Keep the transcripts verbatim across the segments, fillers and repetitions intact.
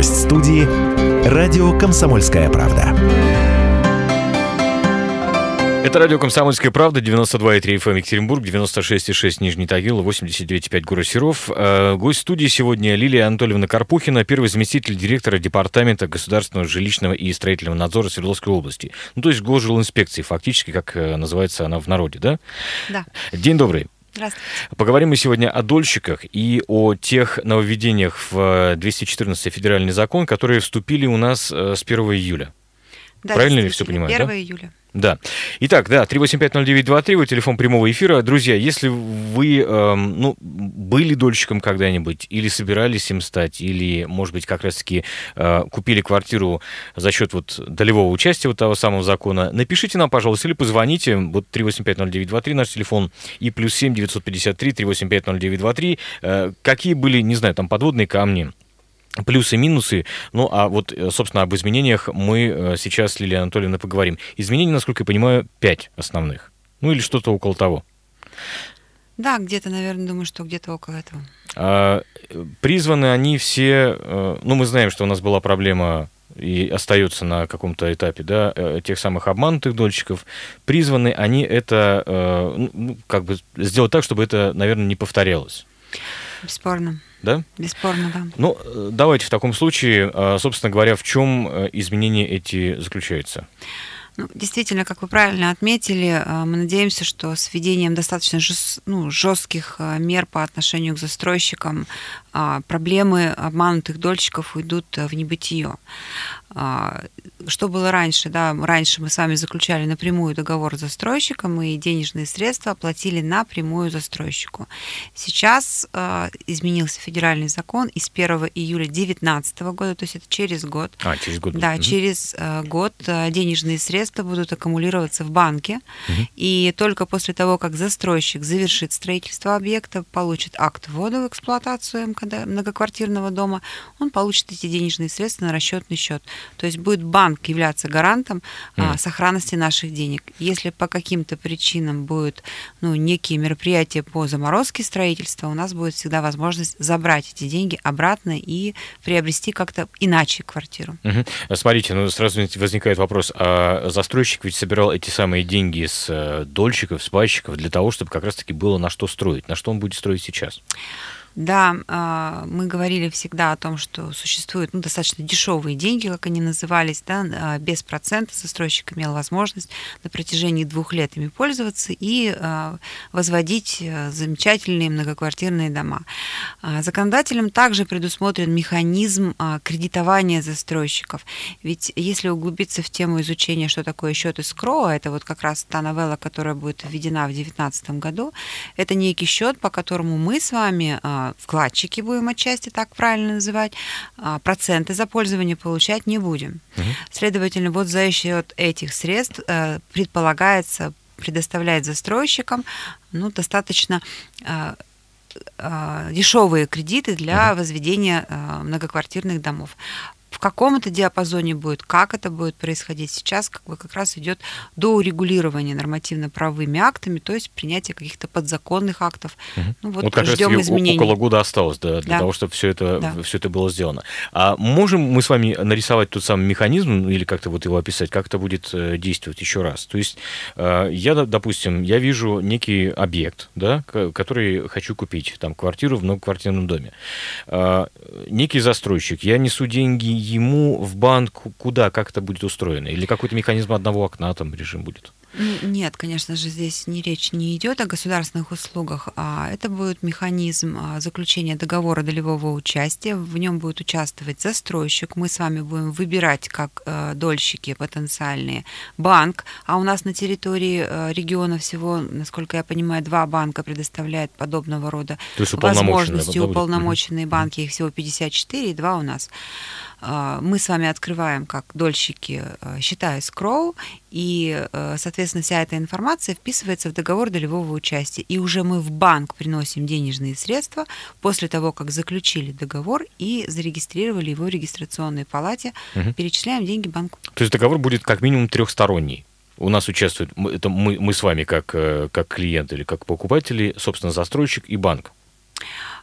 Гость студии – радио «Комсомольская правда». Это радио «Комсомольская правда», девяносто два и три эф эм Екатеринбург, девяносто шесть и шесть Нижний Тагил, восемьдесят девять и пять город Серов. Гость студии сегодня Лилия Анатольевна Карпухина, первый заместитель директора Департамента государственного жилищного и строительного надзора Свердловской области. Ну, то есть госжилинспекции, фактически, как называется она в народе, да? Да. День добрый. Здравствуйте. Поговорим мы сегодня о дольщиках и о тех нововведениях в двести четырнадцатый федеральный закон, которые вступили у нас с первого июля. Да, правильно ли все понимаю? первого да? июля. Да. Итак, да, три восемь пять ноль девять два три, вот телефон прямого эфира. Друзья, если вы э, ну, были дольщиком когда-нибудь, или собирались им стать, или, может быть, как раз-таки э, купили квартиру за счет вот долевого участия вот того самого закона, напишите нам, пожалуйста, или позвоните. Вот три восемь пять ноль девять два три наш телефон, и плюс семь девятьсот пятьдесят три три восемь пять ноль девять два три. Э, какие были, не знаю, там подводные камни, плюсы, минусы. Ну, а вот, собственно, об изменениях мы сейчас с Лилией Анатольевной поговорим. Изменений, насколько я понимаю, пять основных. Ну, или что-то около того. Да, где-то, наверное, думаю, что где-то около этого. А, призваны они все... Ну, мы знаем, что у нас была проблема и остается на каком-то этапе, да, тех самых обманутых дольщиков. Призваны они это, ну, как бы сделать так, чтобы это, наверное, не повторялось. Бесспорно. Да? Бесспорно, да. Ну, давайте в таком случае, собственно говоря, в чем изменения эти заключаются? Ну, действительно, как вы правильно отметили, мы надеемся, что с введением достаточно жест, ну, жестких мер по отношению к застройщикам проблемы обманутых дольщиков уйдут в небытие. Что было раньше? Да, раньше мы с вами заключали напрямую договор с застройщиком и денежные средства оплатили напрямую застройщику. Сейчас э, изменился федеральный закон, и с первого июля две тысячи девятнадцатого года, то есть это через год. А, через год. Да, угу. через э, год э, денежные средства будут аккумулироваться в банке, угу. И только после того, как застройщик завершит строительство объекта, получит акт ввода в эксплуатацию эм ка дэ многоквартирного дома, он получит эти денежные средства на расчетный счет. То есть будет банк являться гарантом mm. а, сохранности наших денег. Если по каким-то причинам будут ну, некие мероприятия по заморозке строительства, у нас будет всегда возможность забрать эти деньги обратно и приобрести как-то иначе квартиру. Mm-hmm. Смотрите, ну сразу возникает вопрос, а застройщик ведь собирал эти самые деньги с дольщиков, с пайщиков для того, чтобы как раз-таки было на что строить. На что он будет строить сейчас? Да, мы говорили всегда о том, что существуют ну, достаточно дешевые деньги, как они назывались, да, без процента застройщик имел возможность на протяжении двух лет ими пользоваться и возводить замечательные многоквартирные дома. Законодателем также предусмотрен механизм кредитования застройщиков. Ведь если углубиться в тему изучения, что такое счет эскроу, это вот как раз та новелла, которая будет введена в две тысячи девятнадцатом году, это некий счет, по которому мы с вами вкладчики будем отчасти так правильно называть, проценты за пользование получать не будем. Угу. Следовательно, вот за счет этих средств предполагается предоставлять застройщикам ну, достаточно дешевые кредиты для угу. возведения многоквартирных домов. В каком это диапазоне будет, как это будет происходить сейчас, как бы как раз идет до урегулирования нормативно-правовыми актами, то есть принятия каких-то подзаконных актов. Угу. Ну, вот, вот как раз изменений. Около года осталось да, для да. того, чтобы все это, да. все это было сделано. А можем мы с вами нарисовать тот самый механизм или как-то вот его описать, как это будет действовать еще раз? То есть я, допустим, я вижу некий объект, да, который хочу купить, там, квартиру в многоквартирном доме. Некий застройщик, я несу деньги ему в банк, куда, как это будет устроено? Или какой-то механизм одного окна там режим будет? Нет, конечно же, здесь не речь не идет о государственных услугах, а это будет механизм заключения договора долевого участия. В нем будет участвовать застройщик. Мы с вами будем выбирать, как дольщики потенциальные, банк. А у нас на территории региона всего, насколько я понимаю, два банка предоставляют подобного рода возможности. Уполномоченные банки, их всего пятьдесят четыре, и два у нас. Мы с вами открываем как дольщики счета эскроу, и, соответственно, вся эта информация вписывается в договор долевого участия. И уже мы в банк приносим денежные средства после того, как заключили договор и зарегистрировали его в регистрационной палате, угу. перечисляем деньги банку. То есть договор будет как минимум трехсторонний? У нас участвуют, это мы, мы с вами как, как клиенты или как покупатели, собственно, застройщик и банк?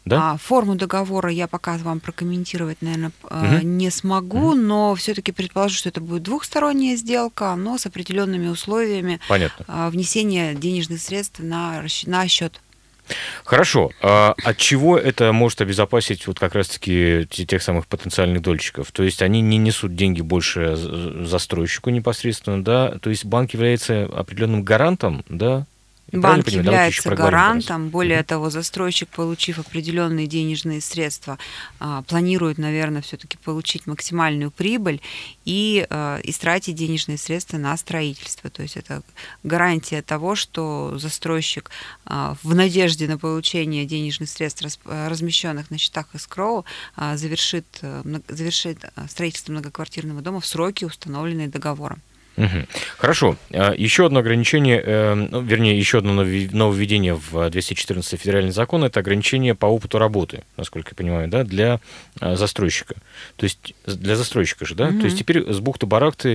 да? А, форму договора я пока вам прокомментировать, наверное, угу. не смогу, угу. но все-таки предположу, что это будет двухсторонняя сделка, но с определенными условиями Понятно. внесения денежных средств на, на счет. Хорошо. А от чего это может обезопасить вот как раз-таки тех самых потенциальных дольщиков? То есть они не несут деньги больше застройщику непосредственно, да? То есть банк является определенным гарантом, да? Банк является гарантом. Более mm-hmm. того, застройщик, получив определенные денежные средства, планирует, наверное, все-таки получить максимальную прибыль и истратить денежные средства на строительство. То есть это гарантия того, что застройщик в надежде на получение денежных средств, размещенных на счетах эскроу, завершит, завершит строительство многоквартирного дома в сроки, установленные договором. Угу. Хорошо. Еще одно ограничение, ну, вернее, еще одно нововведение в двести четырнадцатый федеральный закон – это ограничение по опыту работы, насколько я понимаю, да, для застройщика. То есть для застройщика же, да? Угу. То есть теперь с бухты-барахты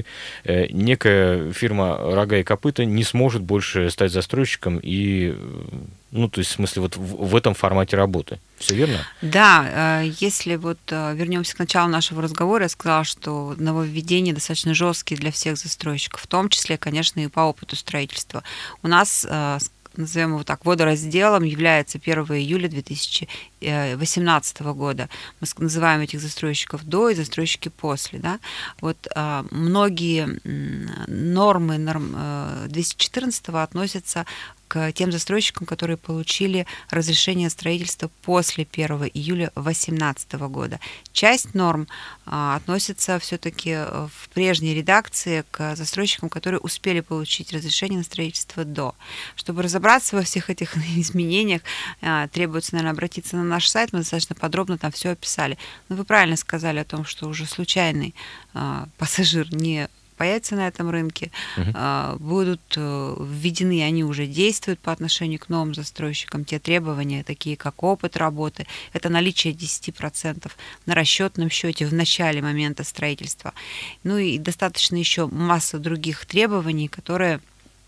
некая фирма «Рога и копыта» не сможет больше стать застройщиком и, ну, то есть в смысле вот в, в этом формате работы. Все верно? Да, если вот вернемся к началу нашего разговора, я сказала, что нововведения достаточно жесткие для всех застройщиков, в том числе, конечно, и по опыту строительства. У нас, назовем его так, водоразделом является первого июля две тысячи восемнадцатого года. Мы называем этих застройщиков до и застройщики после. Да? Вот а, многие нормы норм, двести четырнадцатого относятся к тем застройщикам, которые получили разрешение строительства после первого июля две тысячи восемнадцатого года. Часть норм а, относится все-таки в прежней редакции к застройщикам, которые успели получить разрешение на строительство до. Чтобы разобраться во всех этих изменениях, а, требуется, наверное, обратиться на наш сайт, мы достаточно подробно там все описали. Но вы правильно сказали о том, что уже случайный а, пассажир не появятся на этом рынке, uh-huh. будут введены, они уже действуют по отношению к новым застройщикам, те требования, такие как опыт работы, это наличие десять процентов на расчетном счете в начале момента строительства. Ну и достаточно еще масса других требований, которые,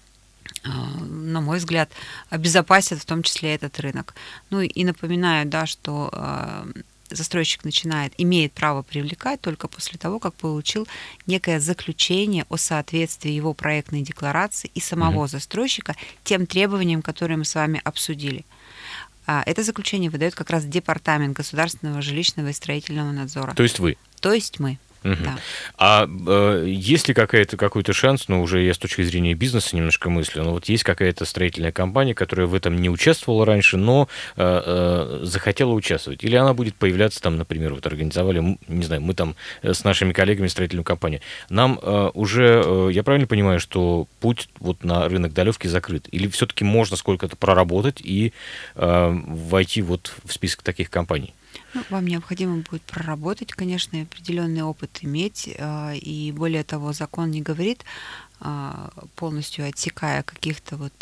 на мой взгляд, обезопасят в том числе этот рынок. Ну и напоминаю, да, что застройщик начинает, имеет право привлекать только после того, как получил некое заключение о соответствии его проектной декларации и самого mm-hmm. застройщика тем требованиям, которые мы с вами обсудили. Это заключение выдает как раз Департамент государственного жилищного и строительного надзора. То есть вы? То есть мы. Угу. Да. А э, есть ли какая-то, какой-то шанс, ну, уже я с точки зрения бизнеса немножко мыслю, но вот есть какая-то строительная компания, которая в этом не участвовала раньше, но э, э, захотела участвовать? Или она будет появляться там, например, вот организовали, не знаю, мы там с нашими коллегами строительную компанию. Нам э, уже, э, я правильно понимаю, что путь вот на рынок долевки закрыт? Или все-таки можно сколько-то проработать и э, войти вот в список таких компаний? Ну, вам необходимо будет проработать, конечно, определенный опыт иметь, и более того, закон не говорит, полностью отсекая каких-то вот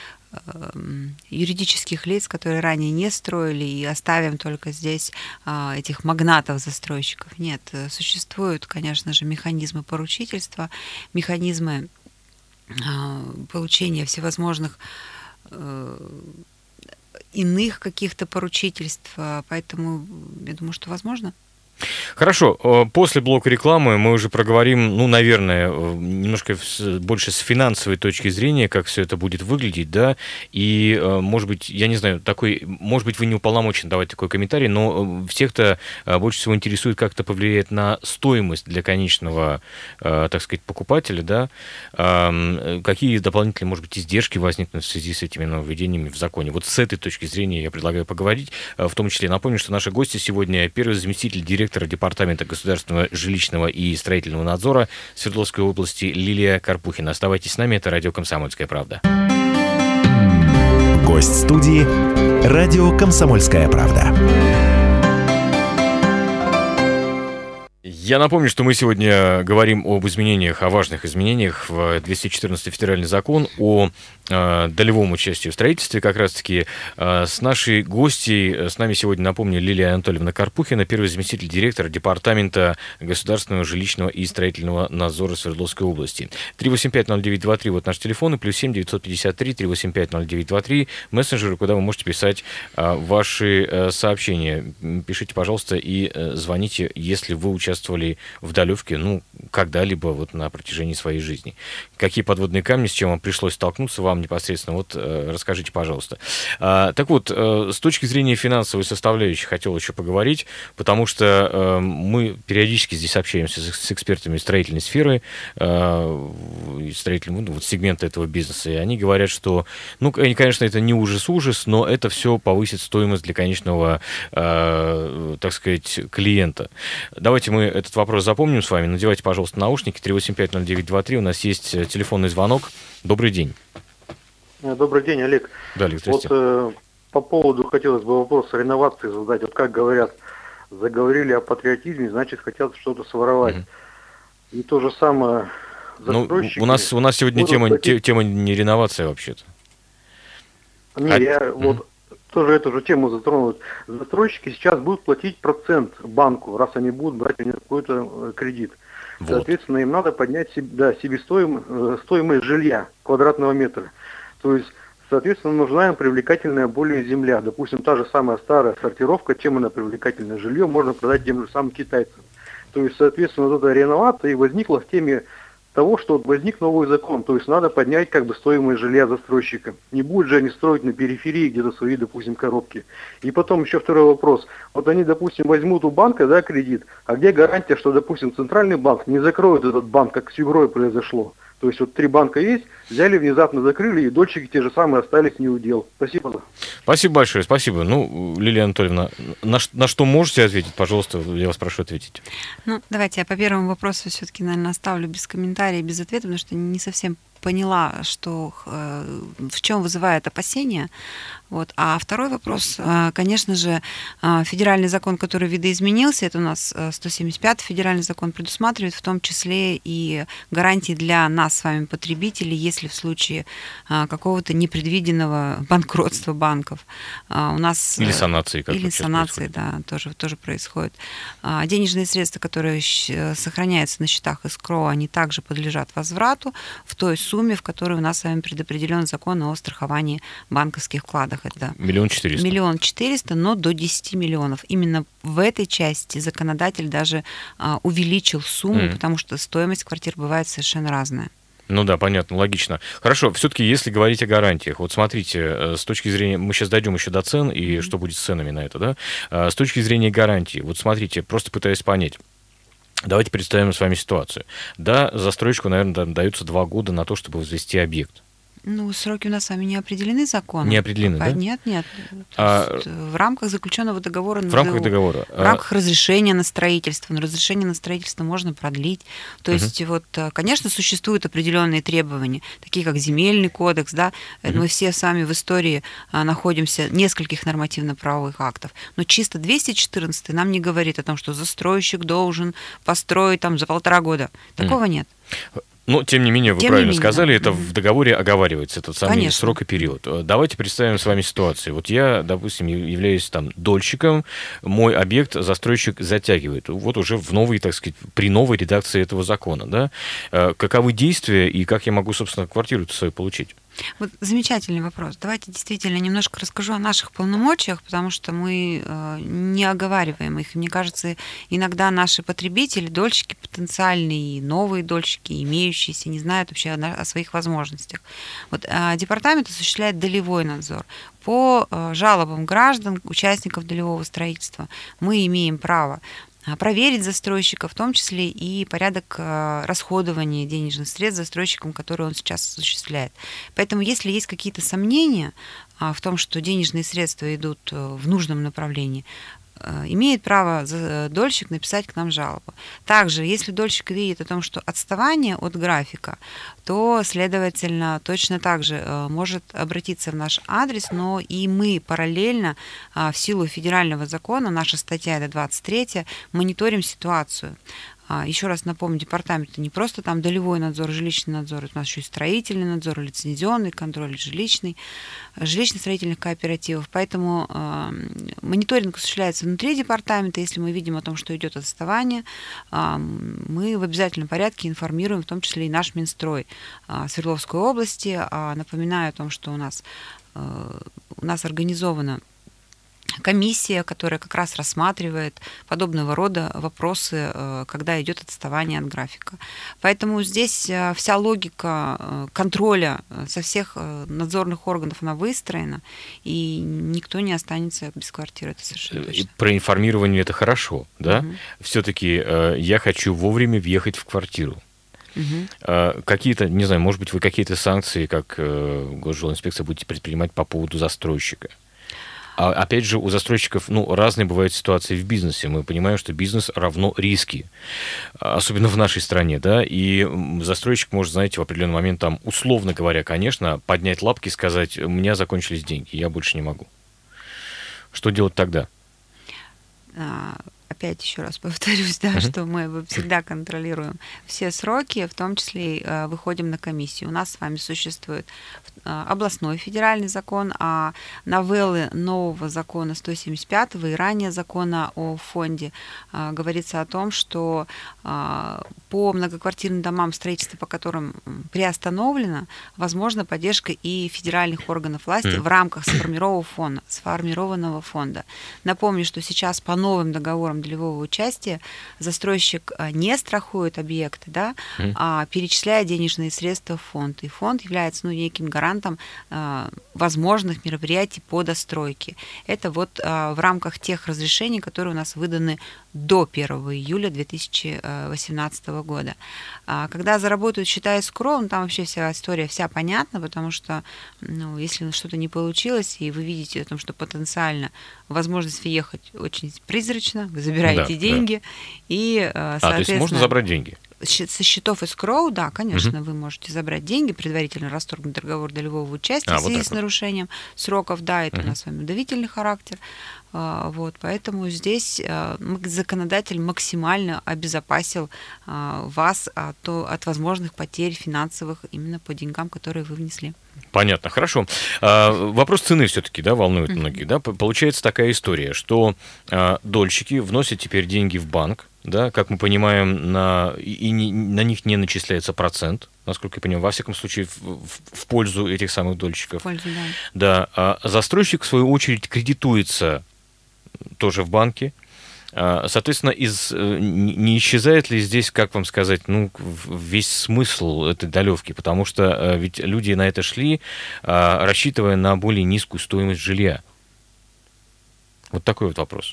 юридических лиц, которые ранее не строили, и оставим только здесь этих магнатов-застройщиков. Нет, существуют, конечно же, механизмы поручительства, механизмы получения всевозможных иных каких-то поручительств, поэтому я думаю, что возможно. Хорошо, после блока рекламы мы уже проговорим, ну, наверное, немножко больше с финансовой точки зрения, как все это будет выглядеть, да, и, может быть, я не знаю, такой, может быть, вы не уполномочены давать такой комментарий, но всех-то больше всего интересует, как это повлияет на стоимость для конечного, так сказать, покупателя, да, какие дополнительные, может быть, издержки возникнут в связи с этими нововведениями в законе. Вот с этой точки зрения я предлагаю поговорить, в том числе напомню, что наши гости сегодня первый заместитель директора Департамента государственного жилищного и строительного надзора Свердловской области Лилия Карпухина. Оставайтесь с нами, это радио «Комсомольская правда». Гость студии радио «Комсомольская правда». Я напомню, что мы сегодня говорим об изменениях, о важных изменениях в двести четырнадцатый федеральный закон о э, долевом участии в строительстве. Как раз-таки э, с нашей гостьей, с нами сегодня, напомню, Лилия Анатольевна Карпухина, первый заместитель директора Департамента государственного жилищного и строительного надзора Свердловской области. три восемь пять ноль девять два три, вот наш телефон, и плюс семь девятьсот пятьдесят три три восемь пять ноль девять два три, мессенджеры, куда вы можете писать э, ваши э, сообщения. Пишите, пожалуйста, и э, звоните, если вы участвовали в долевке, ну, когда-либо вот на протяжении своей жизни. Какие подводные камни, с чем вам пришлось столкнуться вам непосредственно, вот э, расскажите, пожалуйста. А, так вот, э, с точки зрения финансовой составляющей хотел еще поговорить, потому что э, мы периодически здесь общаемся с, с экспертами строительной сферы, э, строительного, ну, вот сегмента этого бизнеса, и они говорят, что, ну, конечно, это не ужас-ужас, но это все повысит стоимость для конечного, э, так сказать, клиента. Давайте мы этот вопрос запомним с вами. Надевайте, пожалуйста, наушники. три восемь пять ноль девять два три. У нас есть телефонный звонок. Добрый день. Добрый день, Олег. Да, Олег, вот э, по поводу хотелось бы вопрос реновации задать. Вот как говорят, заговорили о патриотизме, значит, хотят что-то своровать. Угу. И то же самое застройщики. Ну, у нас, у нас сегодня тема, платить... тема не реновация вообще-то. Не, а... я угу. вот тоже эту же тему затронул. Застройщики сейчас будут платить процент банку, раз они будут брать у них какой-то кредит. Вот. Соответственно, им надо поднять да, себестоимость стоимость жилья квадратного метра. То есть, соответственно, нужна им привлекательная более земля. Допустим, та же самая старая сортировка, чем она привлекательное жилье, можно продать тем же самым китайцам. То есть, соответственно, вот эта реновация и возникла в теме того, что возник новый закон, то есть надо поднять как бы стоимость жилья застройщика. Не будут же они строить на периферии где-то свои, допустим, коробки. И потом еще второй вопрос. Вот они, допустим, возьмут у банка, да, кредит, а где гарантия, что, допустим, центральный банк не закроет этот банк, как с Югрой произошло? То есть вот три банка есть, взяли, внезапно закрыли, и дольщики те же самые остались не у дел. Спасибо. Спасибо большое, спасибо. Ну, Лилия Анатольевна, на, на что можете ответить? Пожалуйста, я вас прошу ответить. Ну, давайте я по первому вопросу все-таки, наверное, оставлю без комментариев, без ответа, потому что не совсем поняла, что, в чем вызывает опасения. Вот. А второй вопрос, конечно же, федеральный закон, который видоизменился, это у нас сто семьдесят пятый федеральный закон, предусматривает в том числе и гарантии для нас с вами, потребителей, если в случае какого-то непредвиденного банкротства банков у нас... Или санации. Как или санации, да, тоже, тоже происходит. Денежные средства, которые сохраняются на счетах эскроу, они также подлежат возврату в той сумме, в которой у нас с вами предопределен закон о страховании банковских вкладов. Это миллион четыреста. Миллион четыреста, но до десяти миллионов. Именно в этой части законодатель даже а, увеличил сумму, mm. потому что стоимость квартир бывает совершенно разная. Ну да, понятно, логично. Хорошо, все-таки если говорить о гарантиях, вот смотрите, с точки зрения, мы сейчас дойдем еще до цен и mm-hmm. что будет с ценами на это, да? С точки зрения гарантии, вот смотрите, просто пытаюсь понять. Давайте представим с вами ситуацию. Да, застройщику, наверное, даются два года на то, чтобы возвести объект. Ну, сроки у нас с вами не определены законом. Не определены, да? Нет, нет. А... В рамках заключенного договора... В рамках договора. В рамках а... разрешения на строительство. Но разрешение на строительство можно продлить. То uh-huh. есть, вот, конечно, существуют определенные требования, такие как земельный кодекс, да. Uh-huh. Мы все с вами в истории находимся нескольких нормативно-правовых актов. Но чисто двести четырнадцатый нам не говорит о том, что застройщик должен построить там за полтора года. Такого uh-huh. нет. Но, тем не менее, вы тем правильно менее, сказали, да. это в договоре оговаривается, этот самый Конечно. срок и период. Давайте представим с вами ситуацию. Вот я, допустим, являюсь там дольщиком, мой объект застройщик затягивает. Вот уже в новой, так сказать, при новой редакции этого закона, да? Каковы действия и как я могу, собственно, квартиру свою получить? Вот замечательный вопрос. Давайте действительно немножко расскажу о наших полномочиях, потому что мы э, не оговариваем их. Мне кажется, иногда наши потребители, дольщики потенциальные, новые дольщики, имеющиеся, не знают вообще о, о своих возможностях. Вот, э, департамент осуществляет долевой надзор. По э, жалобам граждан, участников долевого строительства, мы имеем право проверить застройщика, в том числе и порядок расходования денежных средств застройщиком, который он сейчас осуществляет. Поэтому, если есть какие-то сомнения в том, что денежные средства идут в нужном направлении, имеет право дольщик написать к нам жалобу. Также, если дольщик видит о том, что отставание от графика, то, следовательно, точно так же может обратиться в наш адрес, но и мы параллельно в силу федерального закона, наша статья это двадцать третья, мониторим ситуацию. Еще раз напомню, департамент — это не просто там долевой надзор, жилищный надзор, это у нас еще и строительный надзор, лицензионный контроль, жилищный, жилищно-строительных кооперативов. Поэтому мониторинг осуществляется внутри департамента. Если мы видим о том, что идет отставание, мы в обязательном порядке информируем, в том числе и наш Минстрой Свердловской области. Напоминаю о том, что у нас, у нас организована комиссия, которая как раз рассматривает подобного рода вопросы, когда идет отставание от графика. Поэтому здесь вся логика контроля со всех надзорных органов, она выстроена, и никто не останется без квартиры. Это совершенно точно. Про информирование это хорошо, да? Угу. Все-таки я хочу вовремя въехать в квартиру. Угу. Какие-то, не знаю, может быть, вы какие-то санкции, как Госжилинспекция, будете предпринимать по поводу застройщика? А опять же, у застройщиков, ну, разные бывают ситуации в бизнесе. Мы понимаем, что бизнес равно риски, особенно в нашей стране, да, и застройщик может, знаете, в определенный момент, там, условно говоря, конечно, поднять лапки и сказать: у меня закончились деньги, я больше не могу. Что делать тогда? Опять еще раз повторюсь, да, uh-huh. что мы всегда контролируем все сроки, в том числе и э, выходим на комиссию. У нас с вами существует э, областной федеральный закон, а новеллы нового закона сто семьдесят пятого и ранее закона о фонде э, говорится о том, что э, по многоквартирным домам, строительство по которым приостановлено, возможна поддержка и федеральных органов власти uh-huh. в рамках сформированного фонда, сформированного фонда. Напомню, что сейчас по новым договорам долевого участия застройщик не страхует объекты, да, mm. а перечисляет денежные средства в фонд. И фонд является, ну, неким гарантом а, возможных мероприятий по достройке. Это вот а, в рамках тех разрешений, которые у нас выданы до первого июля две тысячи восемнадцатого года. А, когда заработают счета эскроу, ну, там вообще вся история вся понятна, потому что, ну, если что-то не получилось, и вы видите о том, что потенциально возможность въехать очень призрачна, вы забираете да, деньги, да. и, соответственно... А, то есть можно забрать деньги? Со счетов эскроу, да, конечно, угу. вы можете забрать деньги, предварительно расторгнуть договор долевого участия а, в связи вот с нарушением вот. сроков. Да, это угу. у нас с вами давительный характер. Вот, поэтому здесь законодатель максимально обезопасил вас от, от возможных потерь финансовых именно по деньгам, которые вы внесли. Понятно, хорошо. А, вопрос цены все-таки, да, волнует mm-hmm. многих. Да? Получается такая история, что а, дольщики вносят теперь деньги в банк, да, как мы понимаем, на, и не, на них не начисляется процент, насколько я понимаю, во всяком случае, в, в, в пользу этих самых дольщиков. В пользу, да. Да. А застройщик, в свою очередь, кредитуется тоже в банке. Соответственно, из, не исчезает ли здесь, как вам сказать, ну, весь смысл этой долевки? Потому что ведь люди на это шли, рассчитывая на более низкую стоимость жилья. Вот такой вот вопрос.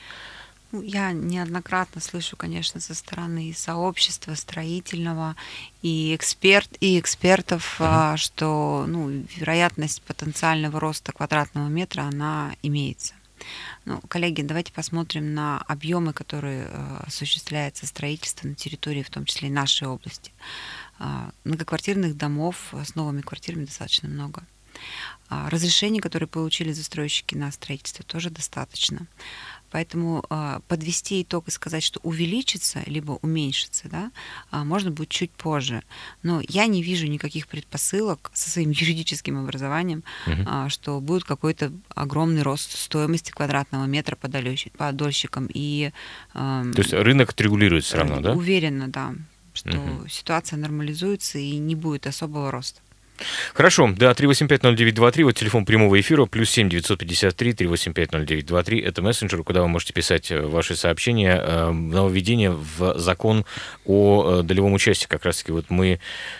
Я неоднократно слышу, конечно, со стороны и сообщества строительного, и, эксперт, и экспертов, uh-huh. что, ну, вероятность потенциального роста квадратного метра, она имеется. Ну, коллеги, давайте посмотрим на объемы, которые э, осуществляется строительство на территории, в том числе и нашей области. Э, многоквартирных домов с новыми квартирами достаточно много. Э, разрешений, которые получили застройщики на строительство, тоже достаточно. Поэтому э, подвести итог и сказать, что увеличится, либо уменьшится, да, э, можно будет чуть позже. Но я не вижу никаких предпосылок со своим юридическим образованием, угу. э, что будет какой-то огромный рост стоимости квадратного метра по, дольщик, по дольщикам. И, э, То есть рынок отрегулирует все равно, да? Уверена, да, что угу. ситуация нормализуется и не будет особого роста. Хорошо, да, три восемь пять ноль девять два три, вот телефон прямого эфира, плюс семь девятьсот пятьдесят три три восемь пять ноль девять два три, это мессенджер, куда вы можете писать ваши сообщения. Нововведение в закон о долевом участии, как раз-таки вот мы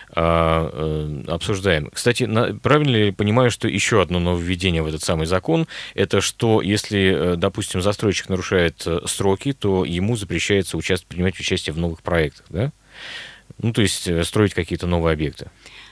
обсуждаем. Кстати, правильно ли я понимаю, что еще одно нововведение в этот самый закон, это что, если, допустим, застройщик нарушает сроки, то ему запрещается участвовать, принимать участие в новых проектах, да? Ну, то есть строить какие-то новые объекты.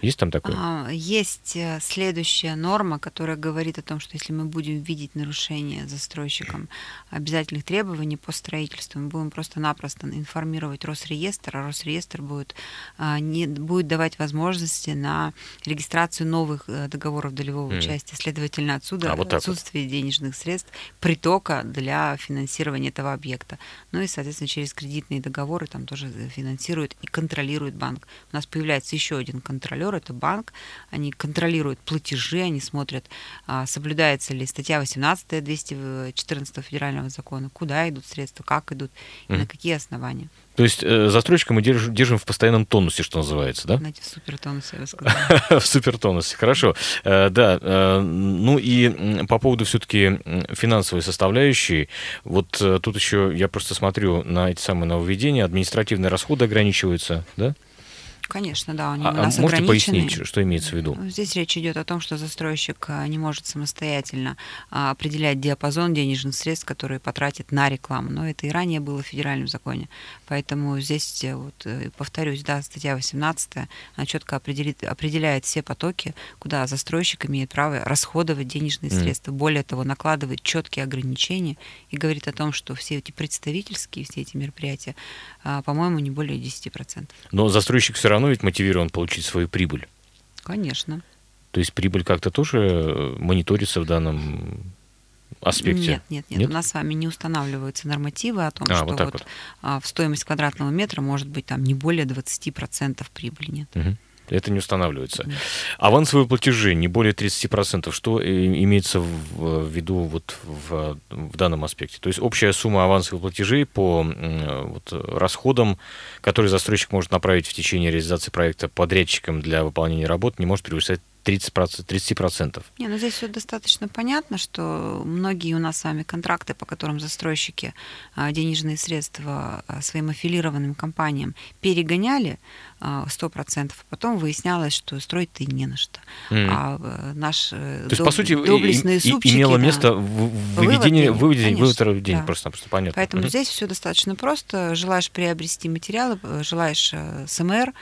Есть там такое? Есть следующая норма, которая говорит о том, что если мы будем видеть нарушение застройщиком обязательных требований по строительству, мы будем просто-напросто информировать Росреестр, а Росреестр будет, не, будет давать возможности на регистрацию новых договоров долевого mm. участия. Следовательно, отсюда а, вот отсутствие вот. денежных средств, притока для финансирования этого объекта. Ну и, соответственно, через кредитные договоры там тоже финансирует и контролирует банк. У нас появляется еще один контролер, это банк. Они контролируют платежи, они смотрят, соблюдается ли статья восемнадцать двести четырнадцатого федерального закона, куда идут средства, как идут и mm. на какие основания. То есть э, застройщика мы держим, держим в постоянном тонусе, что называется, да? Знаете, в супертонусе, я бы сказала. В супертонусе, хорошо. Э, да, э, ну и по поводу все-таки финансовой составляющей, вот э, тут еще я просто смотрю на эти самые нововведения, административные расходы ограничиваются, да? Конечно, да, они а, у нас а можете ограничены. Пояснить, что имеется в виду? Здесь речь идет о том, что застройщик не может самостоятельно определять диапазон денежных средств, которые потратит на рекламу. Но это и ранее было в федеральном законе. Поэтому здесь, вот, повторюсь, да, статья восемнадцать, она четко определит, определяет все потоки, куда застройщик имеет право расходовать денежные mm. средства. Более того, накладывает четкие ограничения и говорит о том, что все эти представительские, все эти мероприятия, по-моему, не более десяти процентов. Но застройщик все равно ведь мотивирован получить свою прибыль. Конечно. То есть прибыль как-то тоже мониторится в данном аспекте? Нет, нет, нет. нет? У нас с вами не устанавливаются нормативы о том, а, что вот вот вот. в стоимость квадратного метра может быть там не более двадцати процентов прибыли. Нет. Угу. Это не устанавливается. Нет. Авансовые платежи не более тридцати процентов. Что имеется в виду вот в, в данном аспекте? То есть общая сумма авансовых платежей по вот, расходам, которые застройщик может направить в течение реализации проекта подрядчикам для выполнения работ, не может превышать тридцать процентов. Не, ну здесь все достаточно понятно, что многие у нас с вами контракты, по которым застройщики денежные средства своим аффилированным компаниям перегоняли сто процентов, а потом выяснялось, что строить-то и не на что. Mm. А наши То есть, по сути, доблестные и, супчики... имело место выведение, выведение, вывод денег, да. просто-напросто понятно. Поэтому mm-hmm. здесь все достаточно просто. Желаешь приобрести материалы, желаешь СМР,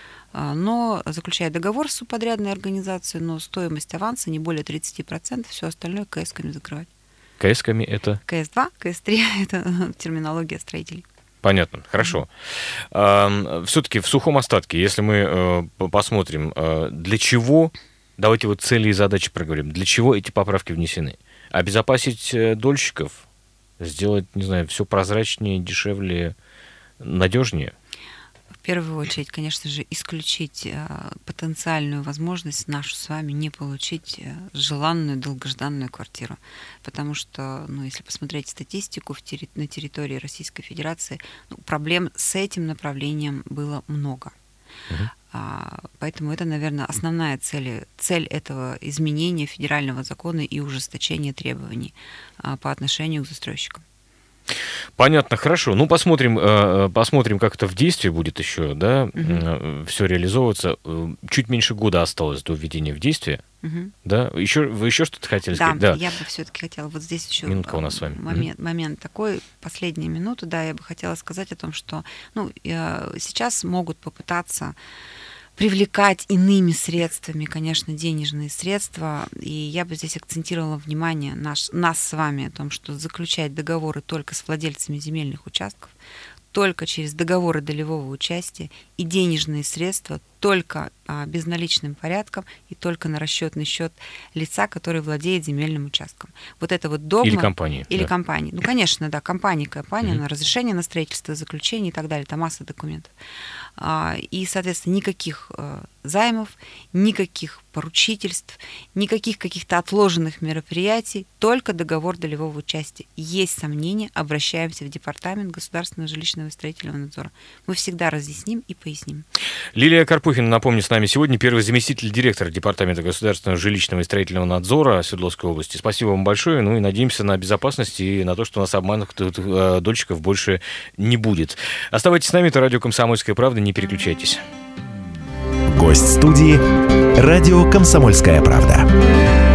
но заключая договор с субподрядной организацией, но стоимость аванса не более тридцати процентов, все остальное КС-ками закрывать. КС-ками это? КС два, КС три – это терминология строителей. Понятно, хорошо. Mm-hmm. Все-таки в сухом остатке, если мы посмотрим, для чего, давайте вот цели и задачи проговорим, для чего эти поправки внесены? Обезопасить дольщиков, сделать, не знаю, все прозрачнее, дешевле, надежнее? В первую очередь, конечно же, исключить потенциальную возможность нашу с вами не получить желанную, долгожданную квартиру. Потому что, ну, если посмотреть статистику в терри- на территории Российской Федерации, ну, проблем с этим направлением было много. Uh-huh. А, поэтому это, наверное, основная цель, цель этого изменения федерального закона и ужесточения требований а, по отношению к застройщикам. Понятно, хорошо. Ну, посмотрим, посмотрим, как это в действии будет еще, да, угу. все реализовываться. Чуть меньше года осталось до введения в действие. Угу. Да? Еще, вы еще что-то хотели да, сказать? Да, я бы все-таки хотела, вот здесь еще минутка у нас с вами. Момент, угу. момент такой, последняя минута, да, я бы хотела сказать о том, что ну, сейчас могут попытаться привлекать иными средствами, конечно, денежные средства. И я бы здесь акцентировала внимание наш, нас с вами о том, что заключать договоры только с владельцами земельных участков, только через договоры долевого участия и денежные средства только а, безналичным порядком и только на расчетный счет лица, который владеет земельным участком. Вот это вот догма... Или компании. Или да. компании. Ну, конечно, да, компания, компания, mm-hmm. на разрешение на строительство, заключение и так далее, там масса документов. А, и, соответственно, никаких а, займов, никаких поручительств, никаких каких-то отложенных мероприятий, только договор долевого участия. Есть сомнения, обращаемся в Департамент государственного жилищного и строительного надзора. Мы всегда разъясним и поясним. Лилия Карпухина, напомню, с нами сегодня первый заместитель директора Департамента государственного жилищного и строительного надзора Свердловской области. Спасибо вам большое, ну и надеемся на безопасность и на то, что у нас обманных дольщиков больше не будет. Оставайтесь с нами, это радио «Комсомольская правда», не переключайтесь. Гость студии «Радио Комсомольская правда».